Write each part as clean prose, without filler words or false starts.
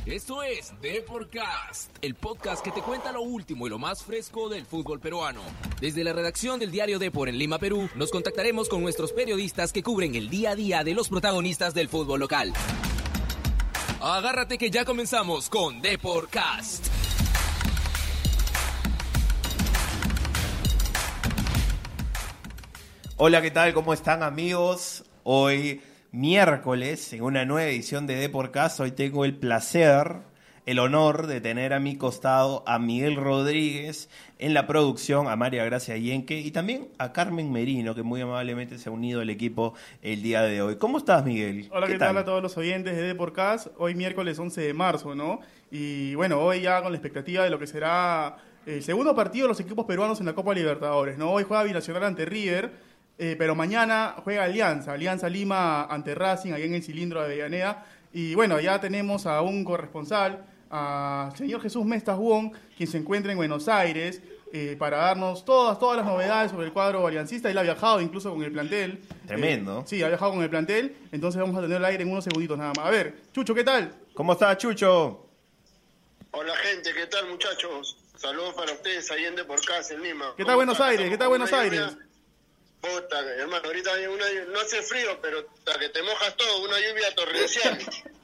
Esto es Deporcast, el podcast que te cuenta lo último y lo más fresco del fútbol peruano. Desde la redacción del diario Depor en Lima, Perú, nos contactaremos con nuestros periodistas que cubren el día a día de los protagonistas del fútbol local. Agárrate que ya comenzamos con Deporcast. Hola, ¿qué tal? ¿Cómo están, amigos? Hoy miércoles, en una nueva edición de Deporcast, hoy tengo el placer, el honor de tener a mi costado a Miguel Rodríguez en la producción, a María Gracia Yenque y también a Carmen Merino, que muy amablemente se ha unido al equipo el día de hoy. ¿Cómo estás, Miguel? Hola, ¿qué tal a todos los oyentes de Deporcast? Hoy miércoles 11 de marzo, ¿no? Y bueno, hoy ya con la expectativa de lo que será el segundo partido de los equipos peruanos en la Copa Libertadores, ¿no? Hoy juega Binacional ante River. Pero mañana juega Alianza Lima ante Racing, allá en el cilindro de Avellaneda. Y bueno, ya tenemos a un corresponsal, al señor Jesús Mestas Wong, quien se encuentra en Buenos Aires, para darnos todas las novedades sobre el cuadro aliancista. Él ha viajado incluso con el plantel. Tremendo. Sí, ha viajado con el plantel, entonces vamos a tener el aire en unos segunditos nada más. A ver, Chucho, ¿qué tal? ¿Cómo está, Chucho? Hola, gente, ¿qué tal, muchachos? Saludos para ustedes ahí en Deporcast, en Lima. ¿Qué tal Buenos Aires? ¿Qué tal Buenos Aires? Puta, hermano, ahorita hay no hace frío, pero hasta que te mojas todo, una lluvia torrencial.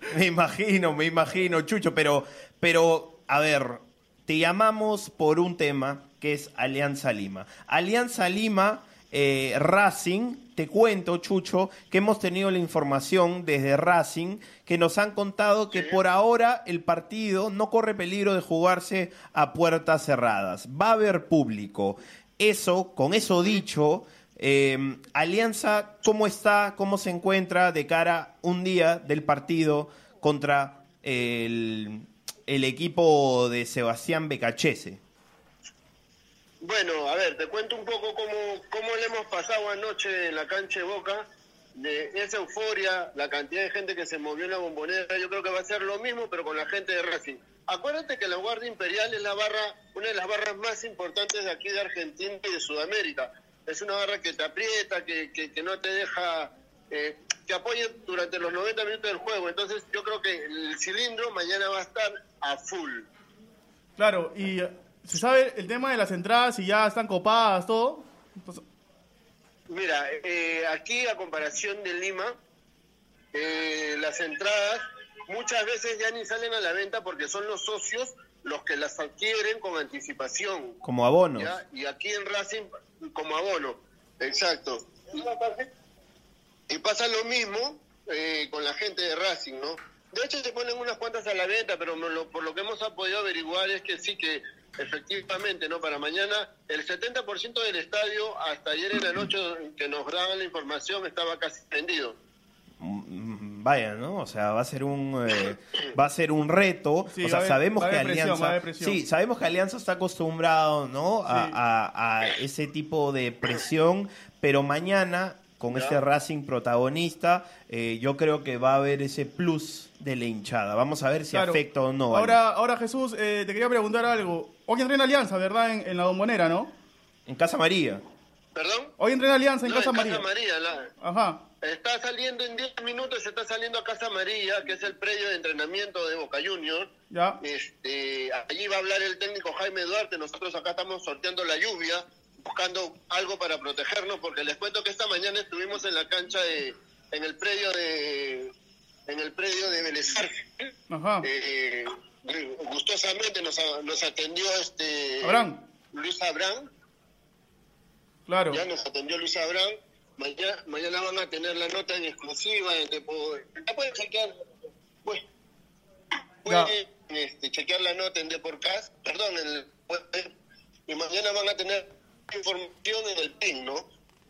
Me imagino, Chucho, pero, a ver, te llamamos por un tema que es Alianza Lima. Alianza Lima, Racing, te cuento, Chucho, que hemos tenido la información desde Racing, que nos han contado que por ahora el partido no corre peligro de jugarse a puertas cerradas. Va a haber público. Con eso dicho... Alianza, ¿cómo está? ¿Cómo se encuentra de cara un día del partido contra el equipo de Sebastián Becachese? Bueno, a ver, te cuento un poco cómo le hemos pasado anoche en la cancha de Boca, de esa euforia, la cantidad de gente que se movió en la Bombonera. Yo creo que va a ser lo mismo, pero con la gente de Racing. Acuérdate que la Guardia Imperial es una de las barras más importantes de aquí de Argentina y de Sudamérica. Es una barra que te aprieta, que no te deja, que apoya durante los 90 minutos del juego. Entonces yo creo que el cilindro mañana va a estar a full. Claro, y ¿se sabe el tema de las entradas y ya están copadas, todo? Entonces... Mira, aquí a comparación de Lima, las entradas muchas veces ya ni salen a la venta porque son los socios los que las adquieren con anticipación. Como abonos. ¿Ya? Y aquí en Racing, como abono, exacto. Y pasa lo mismo con la gente de Racing, ¿no? De hecho se ponen unas cuantas a la venta, pero por lo que hemos podido averiguar es que sí, que efectivamente, ¿no? Para mañana el 70% del estadio, hasta ayer en la noche que nos daban la información, estaba casi vendido. Vaya, ¿no? O sea, va a ser un reto. Sí, o sea, sabemos que Alianza, sabemos que Alianza está acostumbrado, ¿no? Sí. a ese tipo de presión, pero mañana con este Racing protagonista, yo creo que va a haber ese plus de la hinchada. Vamos a ver si afecta o no. Ahora Jesús, te quería preguntar algo. Hoy entrena Alianza, ¿verdad? En la Bombonera, ¿no? En Casa María. ¿Perdón? Hoy entrena Alianza en No, Casa María. Casa María, Ajá. Está saliendo en 10 minutos, está saliendo a Casa María, que es el predio de entrenamiento de Boca Juniors. Ya. Allí va a hablar el técnico Jaime Duarte. Nosotros acá estamos sorteando la lluvia, buscando algo para protegernos, porque les cuento que esta mañana estuvimos en la cancha en el predio de Vélez Sarsfield. Ajá. Gustosamente nos atendió Abraham. Luis Abraham. Claro. Ya nos atendió Luis Abraham. Mañana van a tener la nota en exclusiva. Ya pueden chequear. Pueden chequear la nota en Deporcast. Perdón, y mañana van a tener información en el PIN, ¿no?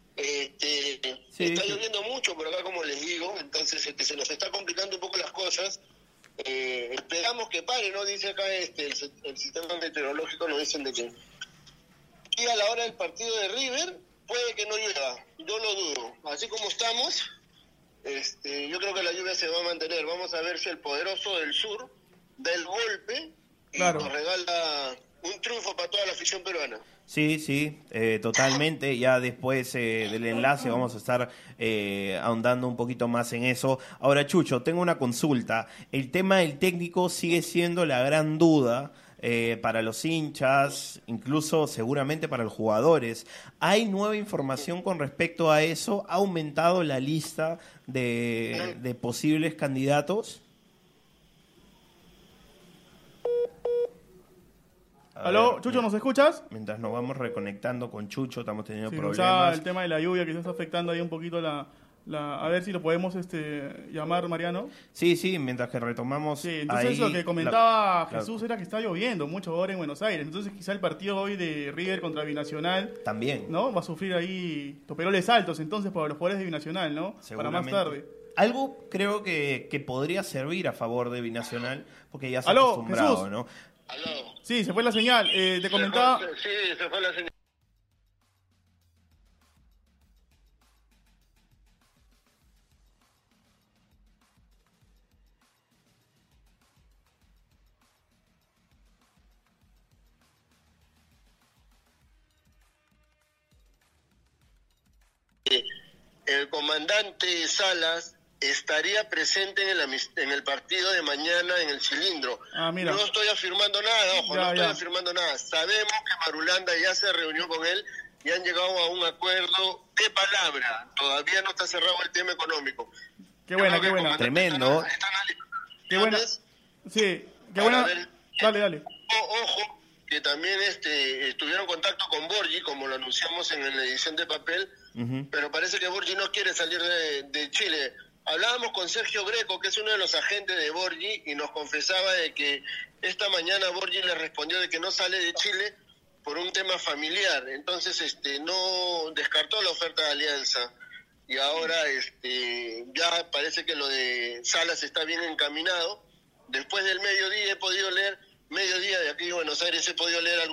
Está lloviendo mucho por acá, como les digo. Entonces se nos está complicando un poco las cosas. Esperamos que pare, ¿no? Dice acá el sistema meteorológico, nos dicen de que aquí a la hora del partido de River puede que no llueva, yo lo dudo. Así como estamos, yo creo que la lluvia se va a mantener. Vamos a ver si el poderoso del sur da el golpe y nos regala un triunfo para toda la afición peruana. Sí, sí, totalmente. Ya después del enlace vamos a estar ahondando un poquito más en eso. Ahora, Chucho, tengo una consulta. El tema del técnico sigue siendo la gran duda para los hinchas, incluso seguramente para los jugadores. ¿Hay nueva información con respecto a eso? ¿Ha aumentado la lista de posibles candidatos? ¿Aló, Chucho, nos escuchas? Mientras nos vamos reconectando con Chucho, estamos teniendo Sí, problemas. el tema de la lluvia que está afectando ahí un poquito a ver si lo podemos llamar, Mariano. Sí, sí, mientras que retomamos. Sí, entonces ahí lo que comentaba la- Jesús era que está lloviendo mucho ahora en Buenos Aires. Entonces quizá el partido hoy de River contra Binacional, También. ¿no? Va a sufrir ahí toperoles altos entonces para los jugadores de Binacional, ¿no? Para más Seguramente. tarde. Algo creo que podría servir a favor de Binacional, porque ya se ha Aló, acostumbrado, Jesús. ¿no? Aló. Sí, se fue la señal. Te comentaba... Sí, se fue la señal. El comandante Salas estaría presente en el partido de mañana en el Cilindro. Ah, mira. No estoy afirmando nada, ojo, Ya, no estoy ya. afirmando nada. Sabemos que Marulanda ya se reunió con él y han llegado a un acuerdo de palabra. Todavía no está cerrado el tema económico. Qué buena, Yo creo qué que buena. el comandante Tremendo. está Qué buena. Sí, qué buena. Para ver- Dale, dale. Ojo, que también estuvieron en contacto con Borgi, como lo anunciamos en la edición de papel, Ujú. pero parece que Borgi no quiere salir de Chile. Hablábamos con Sergio Greco, que es uno de los agentes de Borgi, y nos confesaba de que esta mañana Borgi le respondió de que no sale de Chile por un tema familiar. Entonces no descartó la oferta de Alianza. Y ahora ya parece que lo de Salas está bien encaminado. Después del mediodía he podido leer, mediodía de aquí de Buenos Aires, he podido leer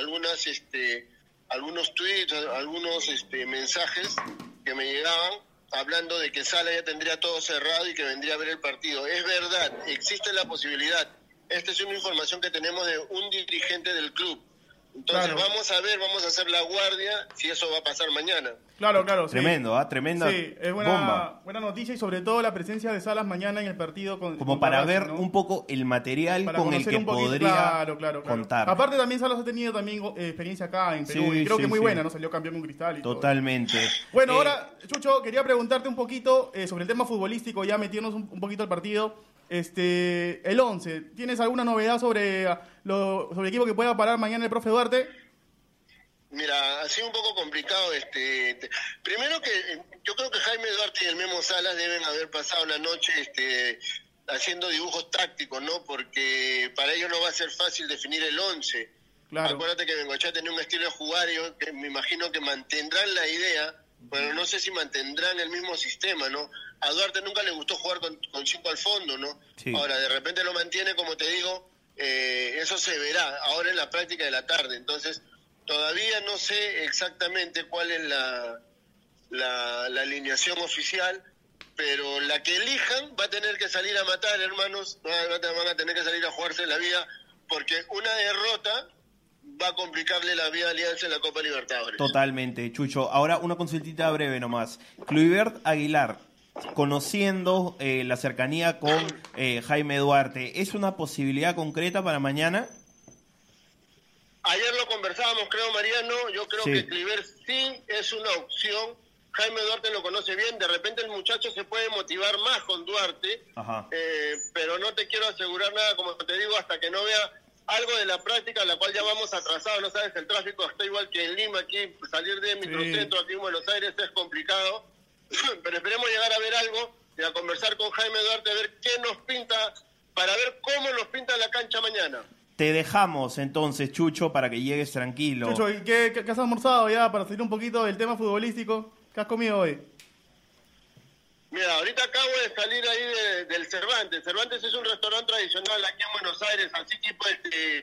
algunos tweets, algunos mensajes que me llegaban hablando de que Sala ya tendría todo cerrado y que vendría a ver el partido. Es verdad, existe la posibilidad. Esta es una información que tenemos de un dirigente del club. Entonces Claro. vamos a ver, vamos a hacer la guardia si eso va a pasar mañana. Claro, claro. Sí. Tremendo, tremenda Sí, es bomba. buena noticia y sobre todo la presencia de Salas mañana en el partido con Como contra para Racing, ver ¿no? un poco el material Para con el conocer que un poquito, podría claro. contar. Aparte también Salas ha tenido también experiencia acá en Perú Sí, y creo sí, que muy sí. buena, ¿no? Salió campeón con Cristal y todo. Totalmente. Bueno, ahora, Chucho, quería preguntarte un poquito sobre el tema futbolístico, ya metiéndonos un poquito al partido. El 11, ¿tienes alguna novedad sobre el equipo que pueda parar mañana el profe Duarte? Mira, ha sido un poco complicado. Primero que yo creo que Jaime Duarte y el Memo Salas deben haber pasado la noche haciendo dibujos tácticos, ¿no? Porque para ellos no va a ser fácil definir el 11. Claro. Acuérdate que Bengochea tenía un estilo de jugar y yo me imagino que mantendrán la idea, pero no sé si mantendrán el mismo sistema, ¿no? A Duarte nunca le gustó jugar con 5 al fondo, ¿no? Sí. Ahora, de repente lo mantiene, como te digo, eso se verá ahora en la práctica de la tarde. Entonces, todavía no sé exactamente cuál es la alineación oficial, pero la que elijan va a tener que salir a matar, hermanos, van a tener que salir a jugarse la vida, porque una derrota va a complicarle la vida a Alianza en la Copa Libertadores. Totalmente, Chucho. Ahora una consultita breve nomás. Kluivert Aguilar, conociendo la cercanía con Jaime Duarte, ¿es una posibilidad concreta para mañana? Ayer lo conversábamos, creo, Mariano. Yo creo Sí. que Kluivert sí es una opción. Jaime Duarte lo conoce bien. De repente el muchacho se puede motivar más con Duarte. Ajá. Pero no te quiero asegurar nada, como te digo, hasta que no vea algo de la práctica, la cual ya vamos atrasados. No sabes, el tráfico está igual que en Lima. Aquí salir de Microcentro, aquí en Buenos Aires, es complicado. Pero esperemos llegar a ver algo y a conversar con Jaime Duarte, a ver qué nos pinta, para ver cómo nos pinta la cancha mañana. Te dejamos entonces, Chucho, para que llegues tranquilo. Chucho, ¿y qué has almorzado ya para salir un poquito del tema futbolístico? ¿Qué has comido hoy? Mira, ahorita acabo de salir ahí del Cervantes. Cervantes es un restaurante tradicional aquí en Buenos Aires, así tipo que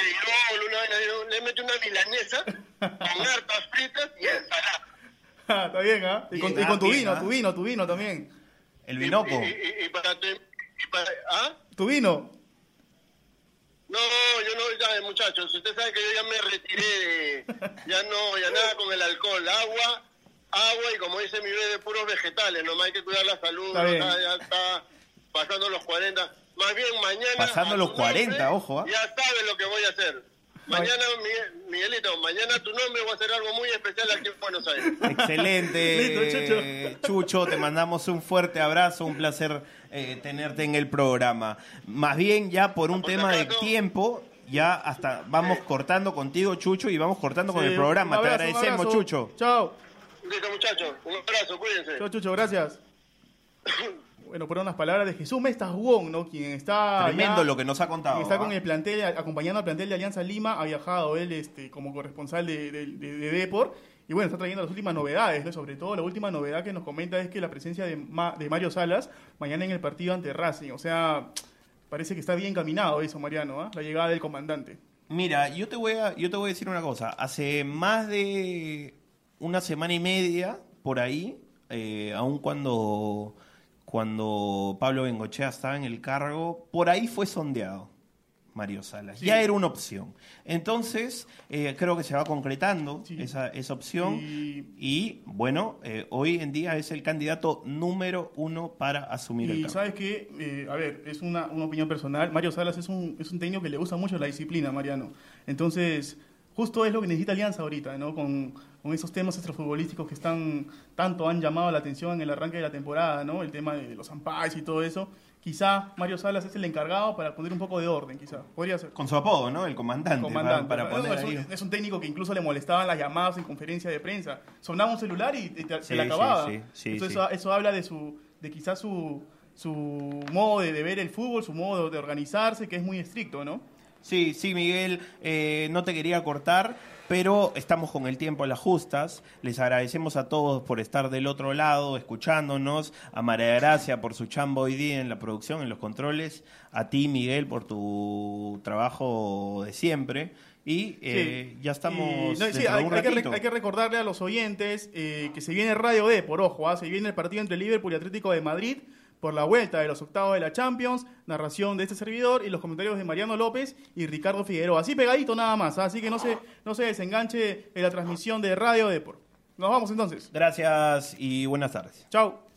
yo le meto una milanesa con hartas fritas y ensalada. Está bien, ¿ah? Y con tu bien, vino, ¿ah? tu vino también. El Binoco. Y para ¿ah? Tu vino. No, yo no, ya, muchachos, usted sabe que yo ya me retiré, ya nada con el alcohol, agua y como dice mi bebé, puros vegetales, nomás hay que cuidar la salud, ya está pasando los 40, más bien mañana... Pasando los 40, nombre, ojo. Ya sabes lo que voy a hacer. Mañana, Miguelito, mañana tu nombre voy a hacer algo muy especial aquí en Buenos Aires. Excelente, Chucho, te mandamos un fuerte abrazo, un placer tenerte en el programa. Más bien ya por un tema de tiempo, ya hasta vamos cortando contigo, Chucho, y vamos cortando con el programa. Abrazo, te agradecemos, Chucho. Chao. Listo, muchachos, un abrazo, cuídense. Chao, Chucho, gracias. Bueno, fueron las palabras de Jesús Mestas Wong, ¿no? Quien está... Tremendo lo que nos ha contado. Quien está con el plantel, acompañando al plantel de Alianza Lima. Ha viajado él como corresponsal de Depor. Y bueno, está trayendo las últimas novedades, ¿no? Sobre todo la última novedad que nos comenta es que la presencia de Mario Salas mañana en el partido ante Racing. O sea, parece que está bien caminado eso, Mariano, ¿eh? La llegada del comandante. Mira, yo te voy a decir una cosa. Hace más de una semana y media, por ahí, aun cuando Pablo Bengochea estaba en el cargo, por ahí fue sondeado Mario Salas. Sí. Ya era una opción. Entonces, creo que se va concretando esa opción. Y bueno, hoy en día es el candidato número 1 para asumir el cargo. Y sabes que, a ver, es una opinión personal. Mario Salas es un técnico que le gusta mucho la disciplina, Mariano. Entonces, justo es lo que necesita Alianza ahorita, ¿no? Con esos temas extrafutbolísticos que tanto han llamado la atención en el arranque de la temporada, ¿no? El tema de los umpires y todo eso. Quizá Mario Salas es el encargado para poner un poco de orden, quizá. Podría ser. Con su apodo, ¿no? El comandante. Para poner ahí. Es un técnico que incluso le molestaban las llamadas en conferencia de prensa. Sonaba un celular y se le acababa. Entonces eso habla de quizás su modo de ver el fútbol, su modo de organizarse, que es muy estricto, ¿no? Sí, Miguel, no te quería cortar, pero estamos con el tiempo a las justas. Les agradecemos a todos por estar del otro lado, escuchándonos. A María Gracia por su chamba hoy día en la producción, en los controles. A ti, Miguel, por tu trabajo de siempre. Y ya estamos hay que recordarle a los oyentes que se viene Radio Depor, ojo, se viene el partido entre Liverpool y Atlético de Madrid por la vuelta de los octavos de la Champions, narración de este servidor y los comentarios de Mariano López y Ricardo Figueroa. Así pegadito nada más, así que no se desenganche en la transmisión de Radio Depor. Nos vamos entonces. Gracias y buenas tardes. Chao.